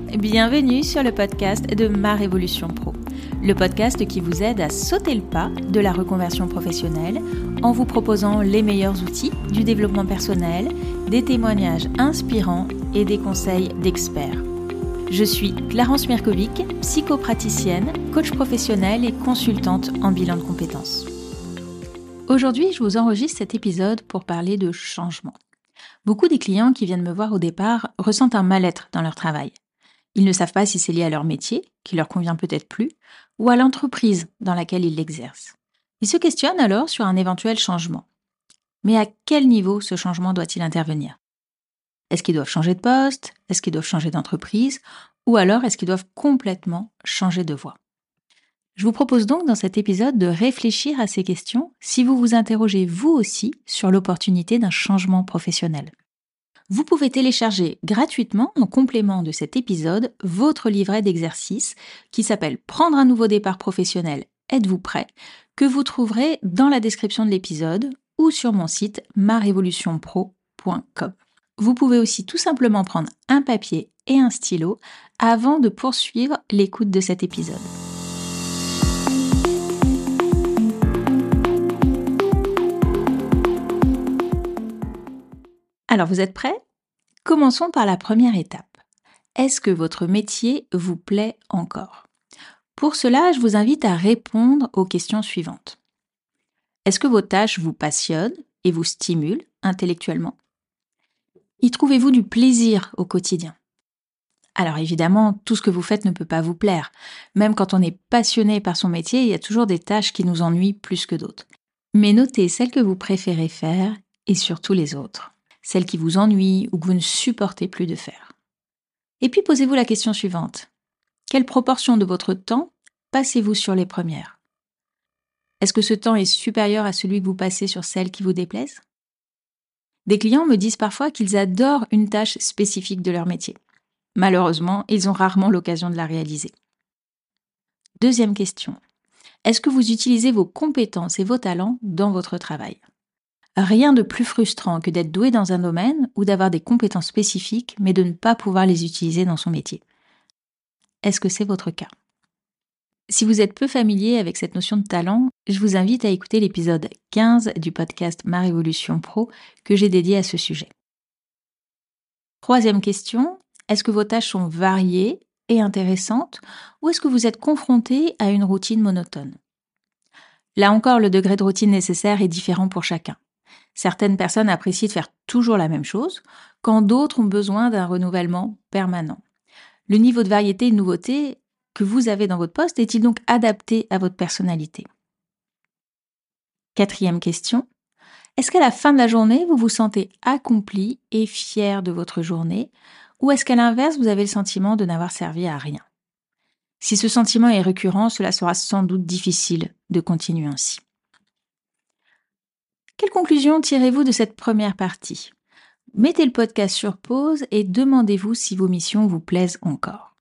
bienvenue sur le podcast de Ma Révolution Pro, le podcast qui vous aide à sauter le pas de la reconversion professionnelle en vous proposant les meilleurs outils du développement personnel, des témoignages inspirants et des conseils d'experts. Je suis Clarence Mirkovic, psychopraticienne, coach professionnelle et consultante en bilan de compétences. Aujourd'hui, je vous enregistre cet épisode pour parler de changement. Beaucoup des clients qui viennent me voir au départ ressentent un mal-être dans leur travail. Ils ne savent pas si c'est lié à leur métier, qui leur convient peut-être plus, ou à l'entreprise dans laquelle ils l'exercent. Ils se questionnent alors sur un éventuel changement. Mais à quel niveau ce changement doit-il intervenir ? Est-ce qu'ils doivent changer de poste ? Est-ce qu'ils doivent changer d'entreprise ? Ou alors est-ce qu'ils doivent complètement changer de voie ? Je vous propose donc dans cet épisode de réfléchir à ces questions si vous vous interrogez vous aussi sur l'opportunité d'un changement professionnel. Vous pouvez télécharger gratuitement, en complément de cet épisode, votre livret d'exercices qui s'appelle « Prendre un nouveau départ professionnel, êtes-vous prêt ?», que vous trouverez dans la description de l'épisode ou sur mon site marevolutionpro.com. Vous pouvez aussi tout simplement prendre un papier et un stylo avant de poursuivre l'écoute de cet épisode. Alors, vous êtes prêts ? Commençons par la première étape. Est-ce que votre métier vous plaît encore ? Pour cela, je vous invite à répondre aux questions suivantes. Est-ce que vos tâches vous passionnent et vous stimulent intellectuellement ? Y trouvez-vous du plaisir au quotidien ? Alors évidemment, tout ce que vous faites ne peut pas vous plaire. Même quand on est passionné par son métier, il y a toujours des tâches qui nous ennuient plus que d'autres. Mais notez celles que vous préférez faire et surtout les autres. Celles qui vous ennuient ou que vous ne supportez plus de faire. Et puis posez-vous la question suivante. Quelle proportion de votre temps passez-vous sur les premières ? Est-ce que ce temps est supérieur à celui que vous passez sur celles qui vous déplaisent ? Des clients me disent parfois qu'ils adorent une tâche spécifique de leur métier. Malheureusement, ils ont rarement l'occasion de la réaliser. Deuxième question. Est-ce que vous utilisez vos compétences et vos talents dans votre travail ? Rien de plus frustrant que d'être doué dans un domaine ou d'avoir des compétences spécifiques, mais de ne pas pouvoir les utiliser dans son métier. Est-ce que c'est votre cas ? Si vous êtes peu familier avec cette notion de talent, je vous invite à écouter l'épisode 15 du podcast Ma Révolution Pro que j'ai dédié à ce sujet. Troisième question, est-ce que vos tâches sont variées et intéressantes ou est-ce que vous êtes confronté à une routine monotone ? Là encore, le degré de routine nécessaire est différent pour chacun. Certaines personnes apprécient de faire toujours la même chose, quand d'autres ont besoin d'un renouvellement permanent. Le niveau de variété et de nouveauté que vous avez dans votre poste est-il donc adapté à votre personnalité ? Quatrième question, est-ce qu'à la fin de la journée, vous vous sentez accompli et fier de votre journée, ou est-ce qu'à l'inverse, vous avez le sentiment de n'avoir servi à rien ? Si ce sentiment est récurrent, cela sera sans doute difficile de continuer ainsi. Quelle conclusion tirez-vous de cette première partie ? Mettez le podcast sur pause et demandez-vous si vos missions vous plaisent encore.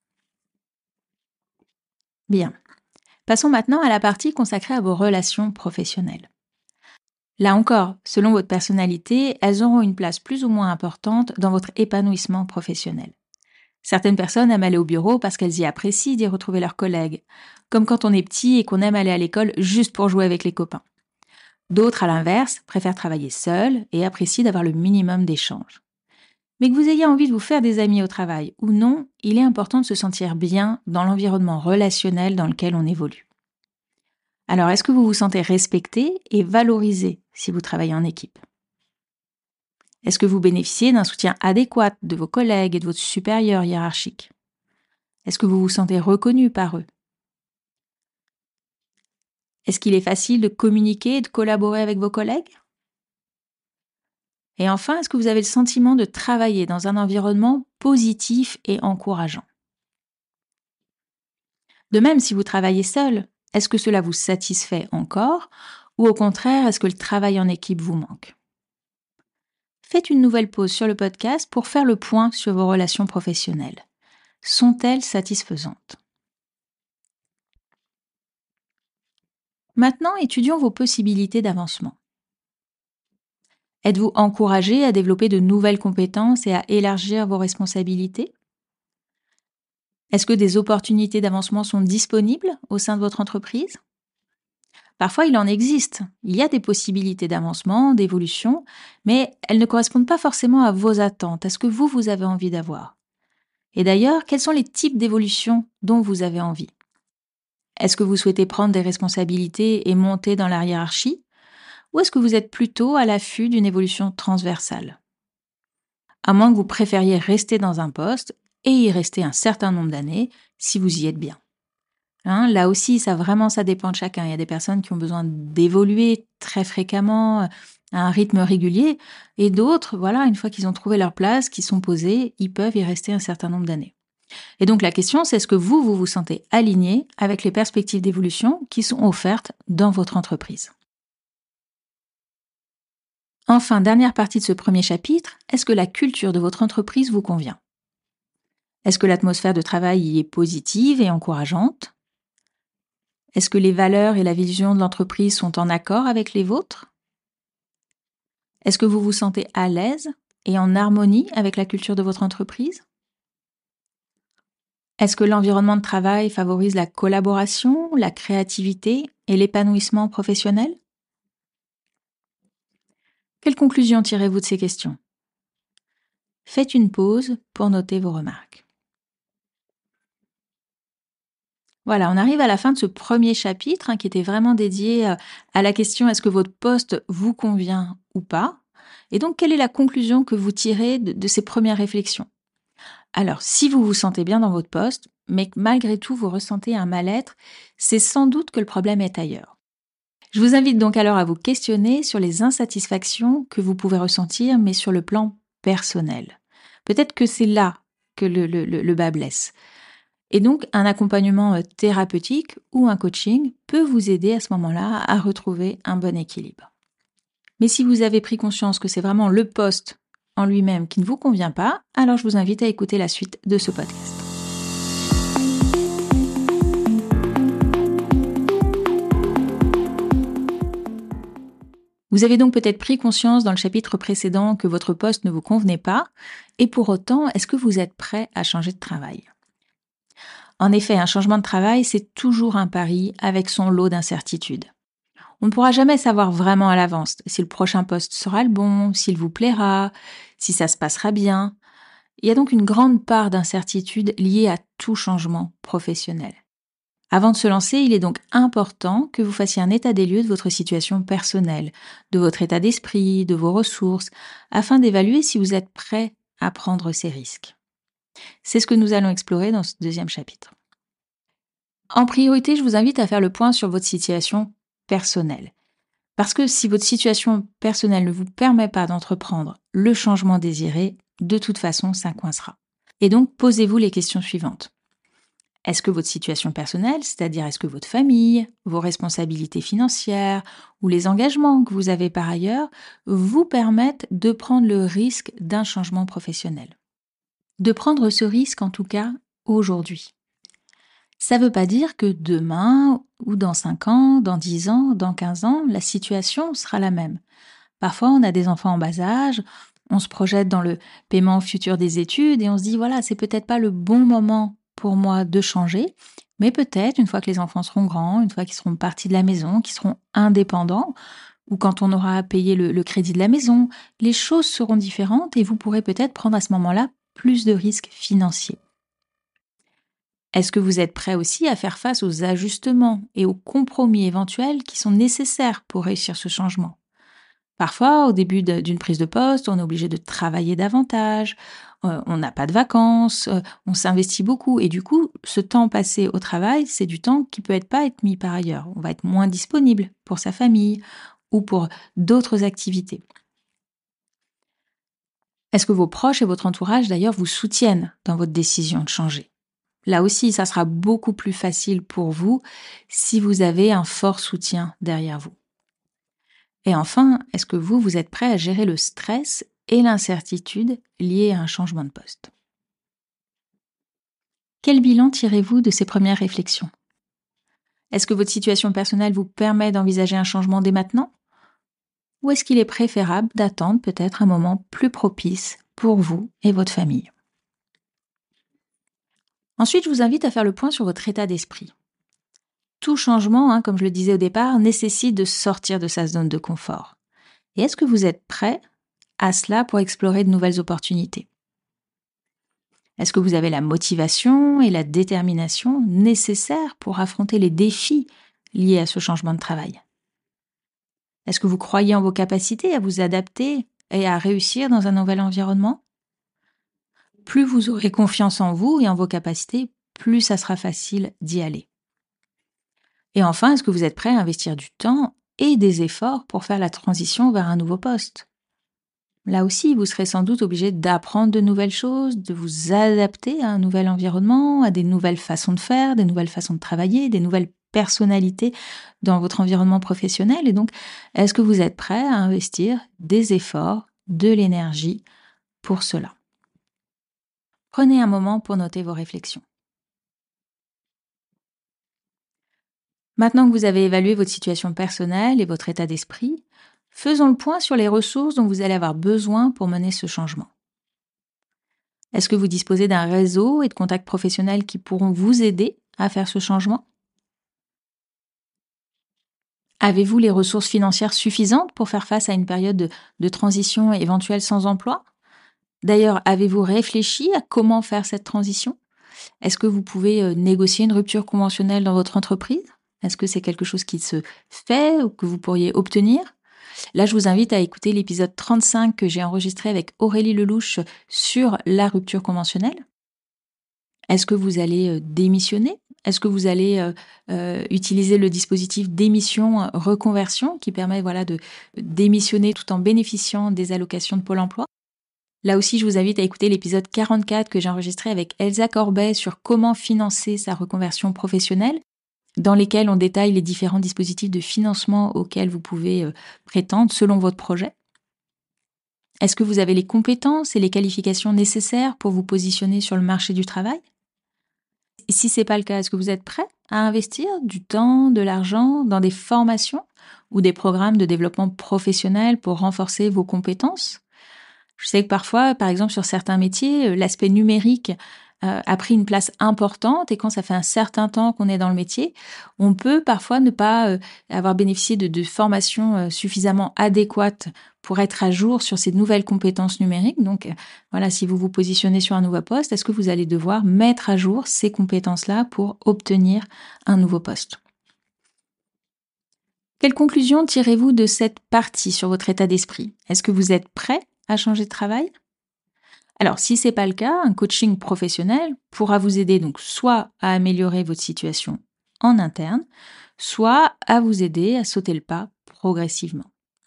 Bien. Passons maintenant à la partie consacrée à vos relations professionnelles. Là encore, selon votre personnalité, elles auront une place plus ou moins importante dans votre épanouissement professionnel. Certaines personnes aiment aller au bureau parce qu'elles y apprécient d'y retrouver leurs collègues, comme quand on est petit et qu'on aime aller à l'école juste pour jouer avec les copains. D'autres, à l'inverse, préfèrent travailler seuls et apprécient d'avoir le minimum d'échanges. Mais que vous ayez envie de vous faire des amis au travail ou non, il est important de se sentir bien dans l'environnement relationnel dans lequel on évolue. Alors, est-ce que vous vous sentez respecté et valorisé si vous travaillez en équipe ? Est-ce que vous bénéficiez d'un soutien adéquat de vos collègues et de votre supérieur hiérarchique ? Est-ce que vous vous sentez reconnu par eux ? Est-ce qu'il est facile de communiquer et de collaborer avec vos collègues ? Et enfin, est-ce que vous avez le sentiment de travailler dans un environnement positif et encourageant ? De même, si vous travaillez seul, est-ce que cela vous satisfait encore ou au contraire, est-ce que le travail en équipe vous manque ? Faites une nouvelle pause sur le podcast pour faire le point sur vos relations professionnelles. Sont-elles satisfaisantes ? Maintenant, étudions vos possibilités d'avancement. Êtes-vous encouragé à développer de nouvelles compétences et à élargir vos responsabilités ? Est-ce que des opportunités d'avancement sont disponibles au sein de votre entreprise? Parfois, il en existe. Il y a des possibilités d'avancement, d'évolution, mais elles ne correspondent pas forcément à vos attentes, à ce que vous avez envie d'avoir. Et d'ailleurs, quels sont les types d'évolution dont vous avez envie? Est-ce que vous souhaitez prendre des responsabilités et monter dans la hiérarchie? Ou est-ce que vous êtes plutôt à l'affût d'une évolution transversale? À moins que vous préfériez rester dans un poste et y rester un certain nombre d'années si vous y êtes bien. Hein, là aussi, ça dépend de chacun. Il y a des personnes qui ont besoin d'évoluer très fréquemment, à un rythme régulier, et d'autres, voilà, une fois qu'ils ont trouvé leur place, qu'ils sont posés, ils peuvent y rester un certain nombre d'années. Et donc la question, c'est est-ce que vous vous sentez aligné avec les perspectives d'évolution qui sont offertes dans votre entreprise? Enfin, dernière partie de ce premier chapitre, est-ce que la culture de votre entreprise vous convient? Est-ce que l'atmosphère de travail y est positive et encourageante? Est-ce que les valeurs et la vision de l'entreprise sont en accord avec les vôtres? Est-ce que vous vous sentez à l'aise et en harmonie avec la culture de votre entreprise? Est-ce que l'environnement de travail favorise la collaboration, la créativité et l'épanouissement professionnel? Quelle conclusion tirez-vous de ces questions? Faites une pause pour noter vos remarques. Voilà, on arrive à la fin de ce premier chapitre qui était vraiment dédié à la question est-ce que votre poste vous convient ou pas? Et donc, quelle est la conclusion que vous tirez de ces premières réflexions? Alors, si vous vous sentez bien dans votre poste, mais que malgré tout vous ressentez un mal-être, c'est sans doute que le problème est ailleurs. Je vous invite donc alors à vous questionner sur les insatisfactions que vous pouvez ressentir, mais sur le plan personnel. Peut-être que c'est là que le bas blesse. Et donc, un accompagnement thérapeutique ou un coaching peut vous aider à ce moment-là à retrouver un bon équilibre. Mais si vous avez pris conscience que c'est vraiment le poste en lui-même qui ne vous convient pas, alors je vous invite à écouter la suite de ce podcast. Vous avez donc peut-être pris conscience dans le chapitre précédent que votre poste ne vous convenait pas, et pour autant, est-ce que vous êtes prêt à changer de travail? En effet, un changement de travail, c'est toujours un pari avec son lot d'incertitudes. On ne pourra jamais savoir vraiment à l'avance si le prochain poste sera le bon, s'il vous plaira, si ça se passera bien. Il y a donc une grande part d'incertitude liée à tout changement professionnel. Avant de se lancer, il est donc important que vous fassiez un état des lieux de votre situation personnelle, de votre état d'esprit, de vos ressources, afin d'évaluer si vous êtes prêt à prendre ces risques. C'est ce que nous allons explorer dans ce deuxième chapitre. En priorité, je vous invite à faire le point sur votre situation personnelle. Parce que si votre situation personnelle ne vous permet pas d'entreprendre le changement désiré, de toute façon, ça coincera. Et donc, posez-vous les questions suivantes. Est-ce que votre situation personnelle, c'est-à-dire est-ce que votre famille, vos responsabilités financières ou les engagements que vous avez par ailleurs, vous permettent de prendre le risque d'un changement professionnel? De prendre ce risque, en tout cas, aujourd'hui. Ça ne veut pas dire que demain, ou dans 5 ans, dans 10 ans, dans 15 ans, la situation sera la même. Parfois, on a des enfants en bas âge, on se projette dans le paiement futur des études et on se dit, voilà, c'est peut-être pas le bon moment pour moi de changer, mais peut-être une fois que les enfants seront grands, une fois qu'ils seront partis de la maison, qu'ils seront indépendants, ou quand on aura payé le crédit de la maison, les choses seront différentes et vous pourrez peut-être prendre à ce moment-là plus de risques financiers. Est-ce que vous êtes prêt aussi à faire face aux ajustements et aux compromis éventuels qui sont nécessaires pour réussir ce changement? Parfois, au début d'une prise de poste, on est obligé de travailler davantage, on n'a pas de vacances, on s'investit beaucoup et du coup, ce temps passé au travail, c'est du temps qui peut pas être mis par ailleurs. On va être moins disponible pour sa famille ou pour d'autres activités. Est-ce que vos proches et votre entourage, d'ailleurs, vous soutiennent dans votre décision de changer? Là aussi, ça sera beaucoup plus facile pour vous si vous avez un fort soutien derrière vous. Et enfin, est-ce que vous êtes prêt à gérer le stress et l'incertitude liés à un changement de poste? Quel bilan tirez-vous de ces premières réflexions? Est-ce que votre situation personnelle vous permet d'envisager un changement dès maintenant? Ou est-ce qu'il est préférable d'attendre peut-être un moment plus propice pour vous et votre famille? Ensuite, je vous invite à faire le point sur votre état d'esprit. Tout changement, comme je le disais au départ, nécessite de sortir de sa zone de confort. Et est-ce que vous êtes prêt à cela pour explorer de nouvelles opportunités? Est-ce que vous avez la motivation et la détermination nécessaires pour affronter les défis liés à ce changement de travail? Est-ce que vous croyez en vos capacités à vous adapter et à réussir dans un nouvel environnement? Plus vous aurez confiance en vous et en vos capacités, plus ça sera facile d'y aller. Et enfin, est-ce que vous êtes prêt à investir du temps et des efforts pour faire la transition vers un nouveau poste? Là aussi, vous serez sans doute obligé d'apprendre de nouvelles choses, de vous adapter à un nouvel environnement, à des nouvelles façons de faire, des nouvelles façons de travailler, des nouvelles personnalités dans votre environnement professionnel. Et donc, est-ce que vous êtes prêt à investir des efforts, de l'énergie pour cela? Prenez un moment pour noter vos réflexions. Maintenant que vous avez évalué votre situation personnelle et votre état d'esprit, faisons le point sur les ressources dont vous allez avoir besoin pour mener ce changement. Est-ce que vous disposez d'un réseau et de contacts professionnels qui pourront vous aider à faire ce changement? Avez-vous les ressources financières suffisantes pour faire face à une période de transition éventuelle sans emploi? D'ailleurs, avez-vous réfléchi à comment faire cette transition? Est-ce que vous pouvez négocier une rupture conventionnelle dans votre entreprise? Est-ce que c'est quelque chose qui se fait ou que vous pourriez obtenir? Là, je vous invite à écouter l'épisode 35 que j'ai enregistré avec Aurélie Lelouch sur la rupture conventionnelle. Est-ce que vous allez démissionner? Est-ce que vous allez utiliser le dispositif démission reconversion qui permet de démissionner tout en bénéficiant des allocations de Pôle emploi? Là aussi, je vous invite à écouter l'épisode 44 que j'ai enregistré avec Elsa Corbet sur comment financer sa reconversion professionnelle, dans lesquels on détaille les différents dispositifs de financement auxquels vous pouvez prétendre selon votre projet. Est-ce que vous avez les compétences et les qualifications nécessaires pour vous positionner sur le marché du travail? Et si ce n'est pas le cas, est-ce que vous êtes prêt à investir du temps, de l'argent dans des formations ou des programmes de développement professionnel pour renforcer vos compétences? Je sais que parfois, par exemple, sur certains métiers, l'aspect numérique a pris une place importante et quand ça fait un certain temps qu'on est dans le métier, on peut parfois ne pas avoir bénéficié de formations suffisamment adéquates pour être à jour sur ces nouvelles compétences numériques. Donc, voilà, si vous vous positionnez sur un nouveau poste, est-ce que vous allez devoir mettre à jour ces compétences-là pour obtenir un nouveau poste? Quelle conclusion tirez-vous de cette partie sur votre état d'esprit? Est-ce que vous êtes prêt à changer de travail? Alors, si c'est pas le cas, un coaching professionnel pourra vous aider donc soit à améliorer votre situation en interne, soit à vous aider à sauter le pas progressivement.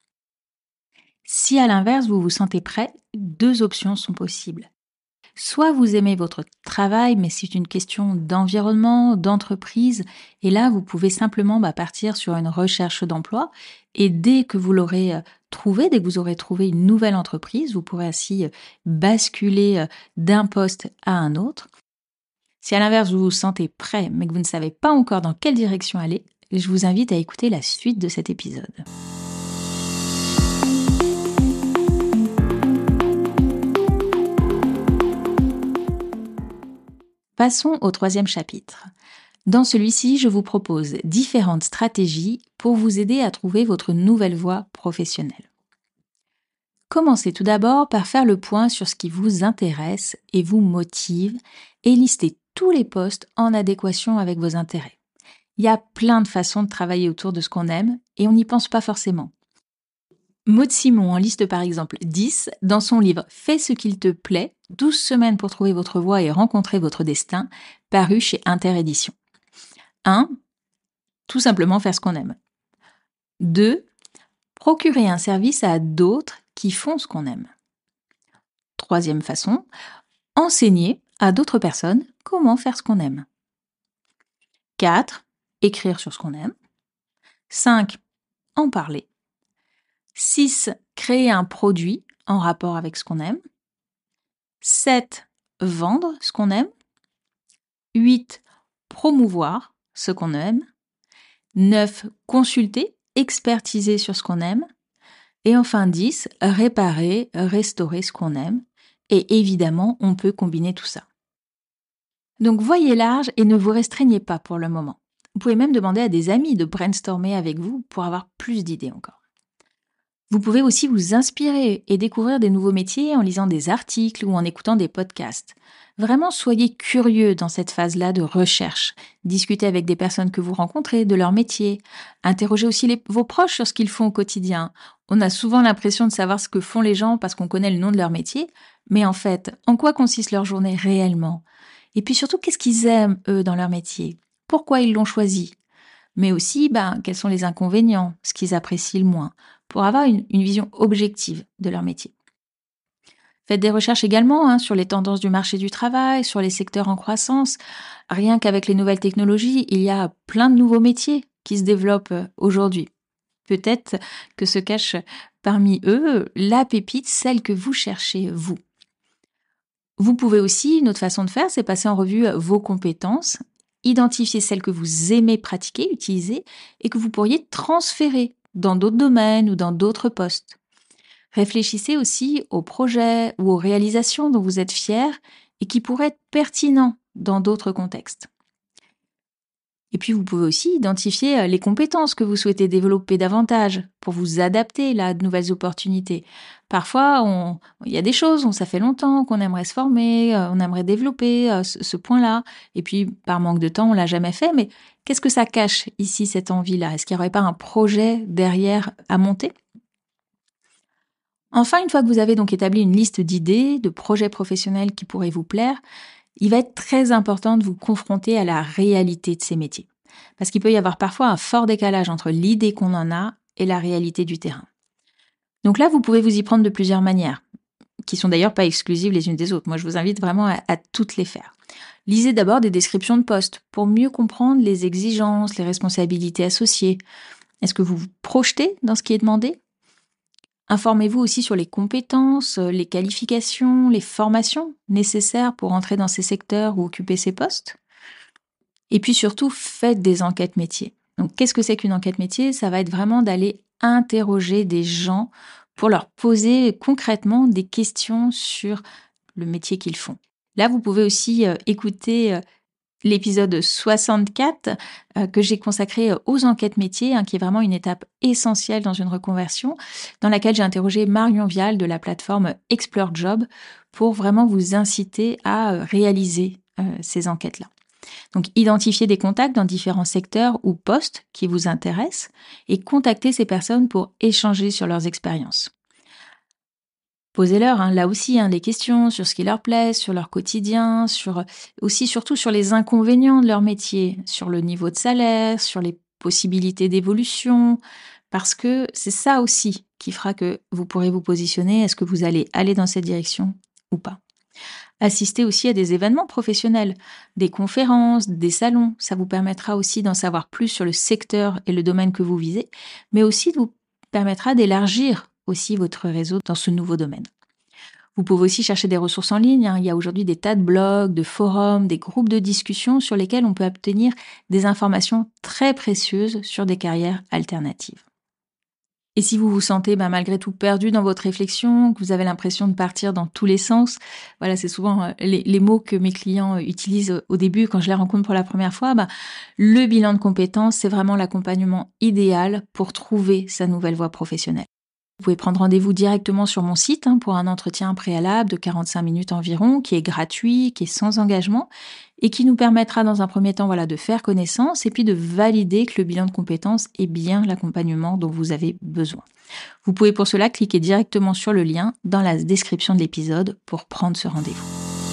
Si à l'inverse, vous vous sentez prêt, deux options sont possibles. Soit vous aimez votre travail, mais c'est une question d'environnement, d'entreprise, et là, vous pouvez simplement partir sur une recherche d'emploi, et dès que vous l'aurez trouvé, dès que vous aurez trouvé une nouvelle entreprise, vous pourrez ainsi basculer d'un poste à un autre. Si à l'inverse, vous vous sentez prêt, mais que vous ne savez pas encore dans quelle direction aller, je vous invite à écouter la suite de cet épisode. Passons au troisième chapitre. Dans celui-ci, je vous propose différentes stratégies pour vous aider à trouver votre nouvelle voie professionnelle. Commencez tout d'abord par faire le point sur ce qui vous intéresse et vous motive et listez tous les postes en adéquation avec vos intérêts. Il y a plein de façons de travailler autour de ce qu'on aime et on n'y pense pas forcément. Maud Simon en liste par exemple 10 dans son livre Fais ce qu'il te plaît, 12 semaines pour trouver votre voie et rencontrer votre destin, paru chez Interédition. 1. Tout simplement faire ce qu'on aime. 2. Procurer un service à d'autres qui font ce qu'on aime. Troisième façon, enseigner à d'autres personnes comment faire ce qu'on aime. 4. Écrire sur ce qu'on aime. 5. En parler. 6. Créer un produit en rapport avec ce qu'on aime. 7. Vendre ce qu'on aime. 8. Promouvoir ce qu'on aime. 9. Consulter, expertiser sur ce qu'on aime. Et enfin 10. Réparer, restaurer ce qu'on aime. Et évidemment, on peut combiner tout ça. Donc voyez large et ne vous restreignez pas pour le moment. Vous pouvez même demander à des amis de brainstormer avec vous pour avoir plus d'idées encore. Vous pouvez aussi vous inspirer et découvrir des nouveaux métiers en lisant des articles ou en écoutant des podcasts. Vraiment, soyez curieux dans cette phase-là de recherche. Discutez avec des personnes que vous rencontrez de leur métier. Interrogez aussi vos proches sur ce qu'ils font au quotidien. On a souvent l'impression de savoir ce que font les gens parce qu'on connaît le nom de leur métier, mais en fait, en quoi consiste leur journée réellement? Et puis surtout, qu'est-ce qu'ils aiment, eux, dans leur métier? Pourquoi ils l'ont choisi? Mais aussi, quels sont les inconvénients, ce qu'ils apprécient le moins, pour avoir une vision objective de leur métier. Faites des recherches également sur les tendances du marché du travail, sur les secteurs en croissance. Rien qu'avec les nouvelles technologies, il y a plein de nouveaux métiers qui se développent aujourd'hui. Peut-être que se cache parmi eux la pépite, celle que vous cherchez, vous. Vous pouvez aussi, une autre façon de faire, c'est passer en revue vos compétences, identifier celles que vous aimez pratiquer, utiliser, et que vous pourriez transférer dans d'autres domaines ou dans d'autres postes. Réfléchissez aussi aux projets ou aux réalisations dont vous êtes fiers et qui pourraient être pertinents dans d'autres contextes. Et puis, vous pouvez aussi identifier les compétences que vous souhaitez développer davantage pour vous adapter là, à de nouvelles opportunités. Parfois, il y a des choses, ça fait longtemps qu'on aimerait se former, on aimerait développer ce point-là. Et puis, par manque de temps, on l'a jamais fait. Mais qu'est-ce que ça cache ici, cette envie-là? Est-ce qu'il n'y aurait pas un projet derrière à monter? Enfin, une fois que vous avez donc établi une liste d'idées, de projets professionnels qui pourraient vous plaire, il va être très important de vous confronter à la réalité de ces métiers. Parce qu'il peut y avoir parfois un fort décalage entre l'idée qu'on en a et la réalité du terrain. Donc là, vous pouvez vous y prendre de plusieurs manières, qui sont d'ailleurs pas exclusives les unes des autres. Moi, je vous invite vraiment à toutes les faire. Lisez d'abord des descriptions de postes pour mieux comprendre les exigences, les responsabilités associées. Est-ce que vous vous projetez dans ce qui est demandé? Informez-vous aussi sur les compétences, les qualifications, les formations nécessaires pour entrer dans ces secteurs ou occuper ces postes. Et puis surtout, faites des enquêtes métiers. Donc, qu'est-ce que c'est qu'une enquête métier? Ça va être vraiment d'aller interroger des gens pour leur poser concrètement des questions sur le métier qu'ils font. Là, vous pouvez aussi écouter l'épisode 64 que j'ai consacré aux enquêtes métiers, qui est vraiment une étape essentielle dans une reconversion, dans laquelle j'ai interrogé Marion Vial de la plateforme Explore Job pour vraiment vous inciter à réaliser ces enquêtes-là. Donc, identifiez des contacts dans différents secteurs ou postes qui vous intéressent et contactez ces personnes pour échanger sur leurs expériences. Posez-leur, là aussi, des questions sur ce qui leur plaît, sur leur quotidien, surtout sur les inconvénients de leur métier, sur le niveau de salaire, sur les possibilités d'évolution, parce que c'est ça aussi qui fera que vous pourrez vous positionner. Est-ce que vous allez aller dans cette direction ou pas? Assistez aussi à des événements professionnels, des conférences, des salons. Ça vous permettra aussi d'en savoir plus sur le secteur et le domaine que vous visez, mais aussi vous permettra d'élargir aussi votre réseau dans ce nouveau domaine. Vous pouvez aussi chercher des ressources en ligne. Il y a aujourd'hui des tas de blogs, de forums, des groupes de discussion sur lesquels on peut obtenir des informations très précieuses sur des carrières alternatives. Et si vous vous sentez malgré tout perdu dans votre réflexion, que vous avez l'impression de partir dans tous les sens, voilà, c'est souvent les mots que mes clients utilisent au début quand je les rencontre pour la première fois. Le bilan de compétences, c'est vraiment l'accompagnement idéal pour trouver sa nouvelle voie professionnelle. Vous pouvez prendre rendez-vous directement sur mon site pour un entretien préalable de 45 minutes environ, qui est gratuit, qui est sans engagement et qui nous permettra dans un premier temps de faire connaissance et puis de valider que le bilan de compétences est bien l'accompagnement dont vous avez besoin. Vous pouvez pour cela cliquer directement sur le lien dans la description de l'épisode pour prendre ce rendez-vous.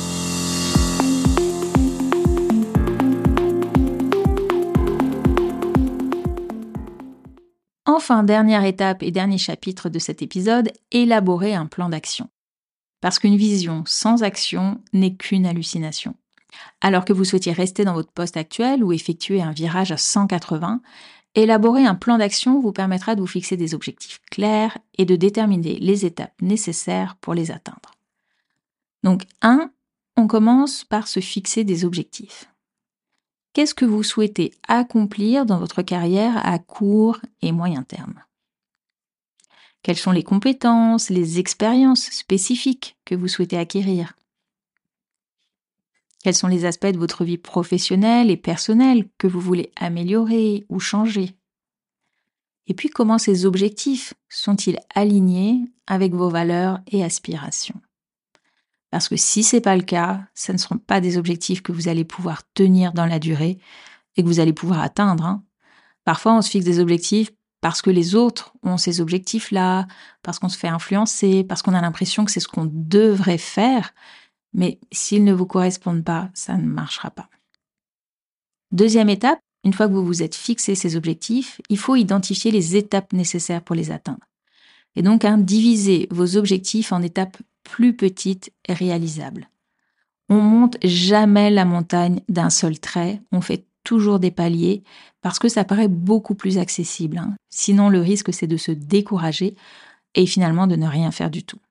Enfin, dernière étape et dernier chapitre de cet épisode, élaborer un plan d'action. Parce qu'une vision sans action n'est qu'une hallucination. Alors que vous souhaitiez rester dans votre poste actuel ou effectuer un virage à 180, élaborer un plan d'action vous permettra de vous fixer des objectifs clairs et de déterminer les étapes nécessaires pour les atteindre. Donc, on commence par se fixer des objectifs. Qu'est-ce que vous souhaitez accomplir dans votre carrière à court et moyen terme? Quelles sont les compétences, les expériences spécifiques que vous souhaitez acquérir? Quels sont les aspects de votre vie professionnelle et personnelle que vous voulez améliorer ou changer? Et puis, comment ces objectifs sont-ils alignés avec vos valeurs et aspirations? Parce que si c'est pas le cas, ce ne seront pas des objectifs que vous allez pouvoir tenir dans la durée et que vous allez pouvoir atteindre, hein. Parfois, on se fixe des objectifs parce que les autres ont ces objectifs-là, parce qu'on se fait influencer, parce qu'on a l'impression que c'est ce qu'on devrait faire. Mais s'ils ne vous correspondent pas, ça ne marchera pas. Deuxième étape, une fois que vous vous êtes fixé ces objectifs, il faut identifier les étapes nécessaires pour les atteindre. Et donc, diviser vos objectifs en étapes plus petites et réalisables. On monte jamais la montagne d'un seul trait, on fait toujours des paliers parce que ça paraît beaucoup plus accessible, hein. Sinon, le risque, c'est de se décourager et finalement de ne rien faire du tout.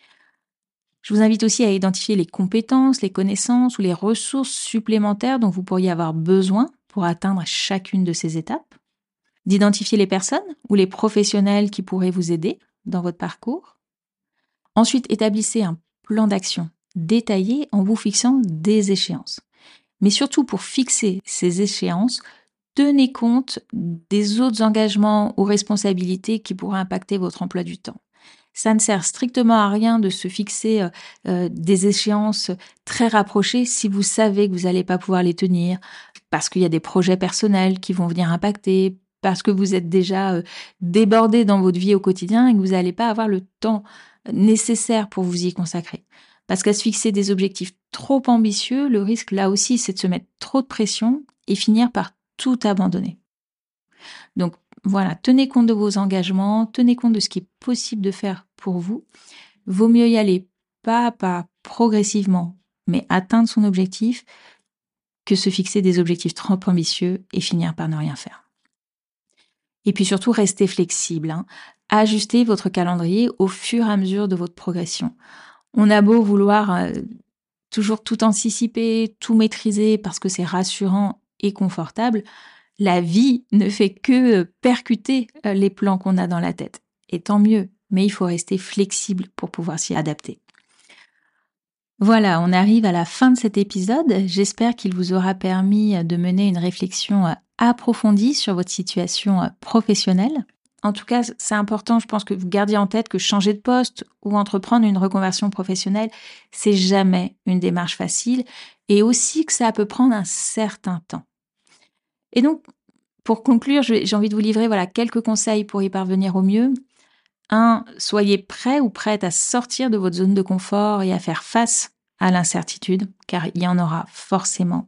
Je vous invite aussi à identifier les compétences, les connaissances ou les ressources supplémentaires dont vous pourriez avoir besoin pour atteindre chacune de ces étapes. D'identifier les personnes ou les professionnels qui pourraient vous aider dans votre parcours. Ensuite, établissez un plan d'action détaillé en vous fixant des échéances. Mais surtout, pour fixer ces échéances, tenez compte des autres engagements ou responsabilités qui pourraient impacter votre emploi du temps. Ça ne sert strictement à rien de se fixer des échéances très rapprochées si vous savez que vous n'allez pas pouvoir les tenir, parce qu'il y a des projets personnels qui vont venir impacter, parce que vous êtes déjà débordé dans votre vie au quotidien et que vous n'allez pas avoir le temps nécessaire pour vous y consacrer. Parce qu'à se fixer des objectifs trop ambitieux, le risque là aussi, c'est de se mettre trop de pression et finir par tout abandonner. Donc voilà, tenez compte de vos engagements, tenez compte de ce qui est possible de faire pour vous. Vaut mieux y aller pas à pas, progressivement, mais atteindre son objectif, que se fixer des objectifs trop ambitieux et finir par ne rien faire. Et puis surtout, restez flexible, hein. Ajustez votre calendrier au fur et à mesure de votre progression. On a beau vouloir toujours tout anticiper, tout maîtriser parce que c'est rassurant et confortable, la vie ne fait que percuter les plans qu'on a dans la tête. Et tant mieux, mais il faut rester flexible pour pouvoir s'y adapter. Voilà, on arrive à la fin de cet épisode. J'espère qu'il vous aura permis de mener une réflexion approfondie sur votre situation professionnelle. En tout cas, c'est important, je pense que vous gardiez en tête que changer de poste ou entreprendre une reconversion professionnelle, c'est jamais une démarche facile et aussi que ça peut prendre un certain temps. Et donc, pour conclure, j'ai envie de vous livrer quelques conseils pour y parvenir au mieux. 1. Soyez prêt ou prête à sortir de votre zone de confort et à faire face à l'incertitude, car il y en aura forcément.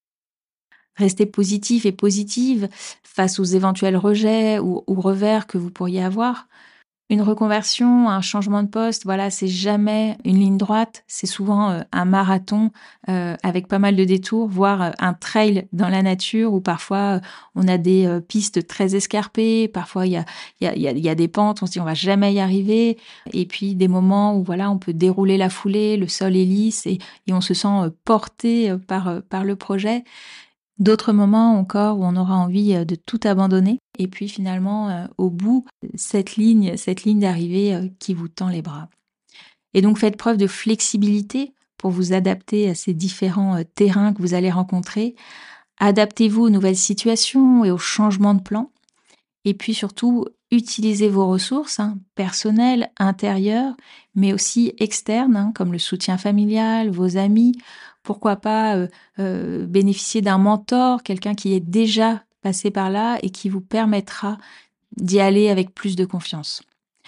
Restez positif et positive face aux éventuels rejets ou revers que vous pourriez avoir. Une reconversion, un changement de poste, c'est jamais une ligne droite, c'est souvent un marathon avec pas mal de détours, voire un trail dans la nature où parfois on a des pistes très escarpées, parfois il y a des pentes, on se dit on va jamais y arriver, et puis des moments où on peut dérouler la foulée, le sol est lisse et on se sent porté par le projet. D'autres moments encore où on aura envie de tout abandonner et puis finalement au bout cette ligne d'arrivée qui vous tend les bras. Et donc faites preuve de flexibilité pour vous adapter à ces différents terrains que vous allez rencontrer. Adaptez-vous aux nouvelles situations et aux changements de plan. Et puis surtout, utilisez vos ressources personnelles, intérieures, mais aussi externes, comme le soutien familial, vos amis. Pourquoi pas bénéficier d'un mentor, quelqu'un qui est déjà passé par là et qui vous permettra d'y aller avec plus de confiance.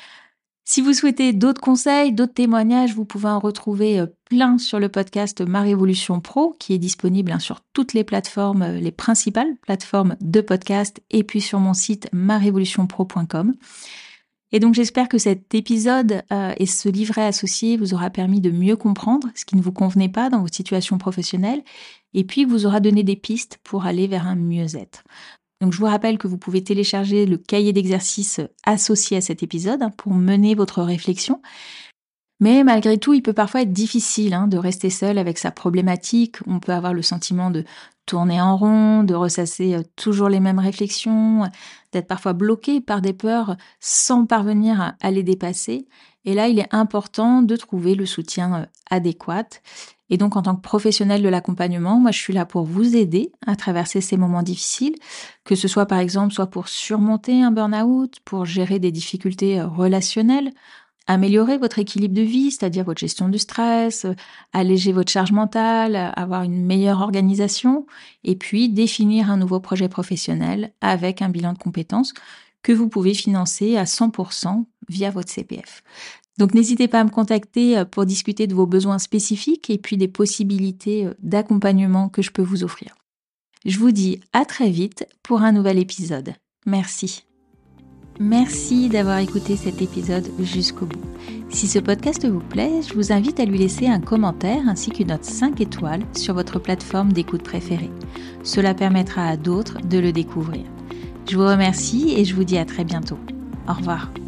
Si vous souhaitez d'autres conseils, d'autres témoignages, vous pouvez en retrouver plein sur le podcast Ma Révolution Pro, qui est disponible sur toutes les plateformes, les principales plateformes de podcast, et puis sur mon site marévolutionpro.com. Et donc j'espère que cet épisode et ce livret associé vous aura permis de mieux comprendre ce qui ne vous convenait pas dans votre situation professionnelle, et puis vous aura donné des pistes pour aller vers un mieux-être. Donc je vous rappelle que vous pouvez télécharger le cahier d'exercices associé à cet épisode pour mener votre réflexion. Mais malgré tout, il peut parfois être difficile de rester seul avec sa problématique. On peut avoir le sentiment de tourner en rond, de ressasser toujours les mêmes réflexions, d'être parfois bloqué par des peurs sans parvenir à les dépasser. Et là, il est important de trouver le soutien adéquat. Et donc, en tant que professionnel de l'accompagnement, moi, je suis là pour vous aider à traverser ces moments difficiles, que ce soit par exemple soit pour surmonter un burn-out, pour gérer des difficultés relationnelles, améliorer votre équilibre de vie, c'est-à-dire votre gestion du stress, alléger votre charge mentale, avoir une meilleure organisation, et puis définir un nouveau projet professionnel avec un bilan de compétences que vous pouvez financer à 100% via votre CPF. Donc n'hésitez pas à me contacter pour discuter de vos besoins spécifiques et puis des possibilités d'accompagnement que je peux vous offrir. Je vous dis à très vite pour un nouvel épisode. Merci. Merci d'avoir écouté cet épisode jusqu'au bout. Si ce podcast vous plaît, je vous invite à lui laisser un commentaire ainsi qu'une note 5 étoiles sur votre plateforme d'écoute préférée. Cela permettra à d'autres de le découvrir. Je vous remercie et je vous dis à très bientôt. Au revoir.